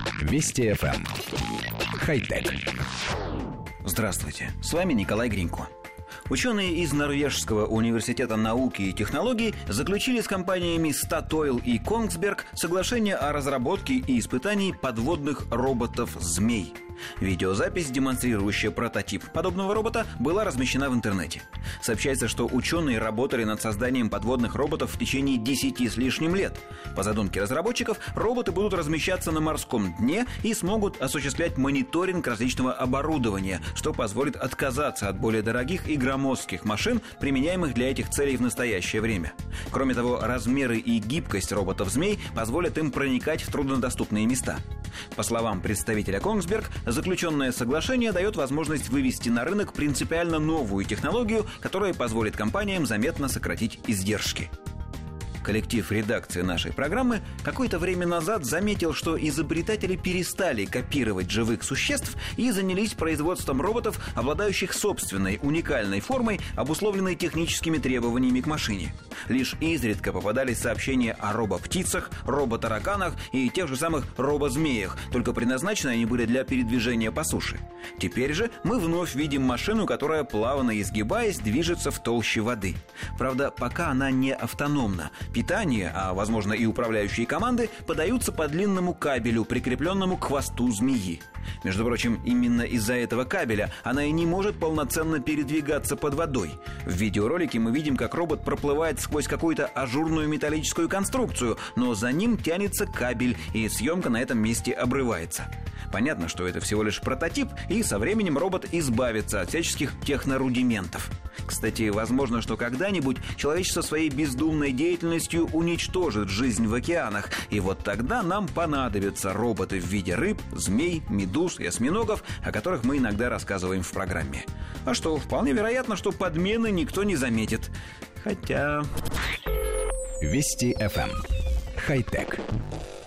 Вести ФМ. Хай-тек. Здравствуйте, с вами Николай Гринько. Ученые из Норвежского университета науки и технологий заключили с компаниями Statoil и Kongsberg соглашение о разработке и испытании подводных роботов-змей. Видеозапись, демонстрирующая прототип подобного робота, была размещена в интернете. Сообщается, что ученые работали над созданием подводных роботов в течение 10 с лишним лет. По задумке разработчиков, роботы будут размещаться на морском дне и смогут осуществлять мониторинг различного оборудования, что позволит отказаться от более дорогих и громоздких машин, применяемых для этих целей в настоящее время. Кроме того, размеры и гибкость роботов-змей позволят им проникать в труднодоступные места. По словам представителя Kongsberg, заключенное соглашение дает возможность вывести на рынок принципиально новую технологию, которая позволит компаниям заметно сократить издержки. Коллектив редакции нашей программы какое-то время назад заметил, что изобретатели перестали копировать живых существ и занялись производством роботов, обладающих собственной уникальной формой, обусловленной техническими требованиями к машине. Лишь изредка попадались сообщения о робо-птицах, робо-тараканах и тех же самых робо-змеях, только предназначены они были для передвижения по суше. Теперь же мы вновь видим машину, которая, плавно изгибаясь, движется в толще воды. Правда, пока она не автономна. Питание, а возможно и управляющие команды, подаются по длинному кабелю, прикрепленному к хвосту змеи. Между прочим, именно из-за этого кабеля она и не может полноценно передвигаться под водой. В видеоролике мы видим, как робот проплывает сквозь какую-то ажурную металлическую конструкцию, но за ним тянется кабель, и съемка на этом месте обрывается. Понятно, что это всего лишь прототип, и со временем робот избавится от всяческих технорудиментов. Кстати, возможно, что когда-нибудь человечество своей бездумной деятельностью уничтожит жизнь в океанах, и вот тогда нам понадобятся роботы в виде рыб, змей, медуз и осьминогов, о которых мы иногда рассказываем в программе. А что, вполне вероятно, что подмены никто не заметит. Хотя... Вести ФМ. Хай-тек.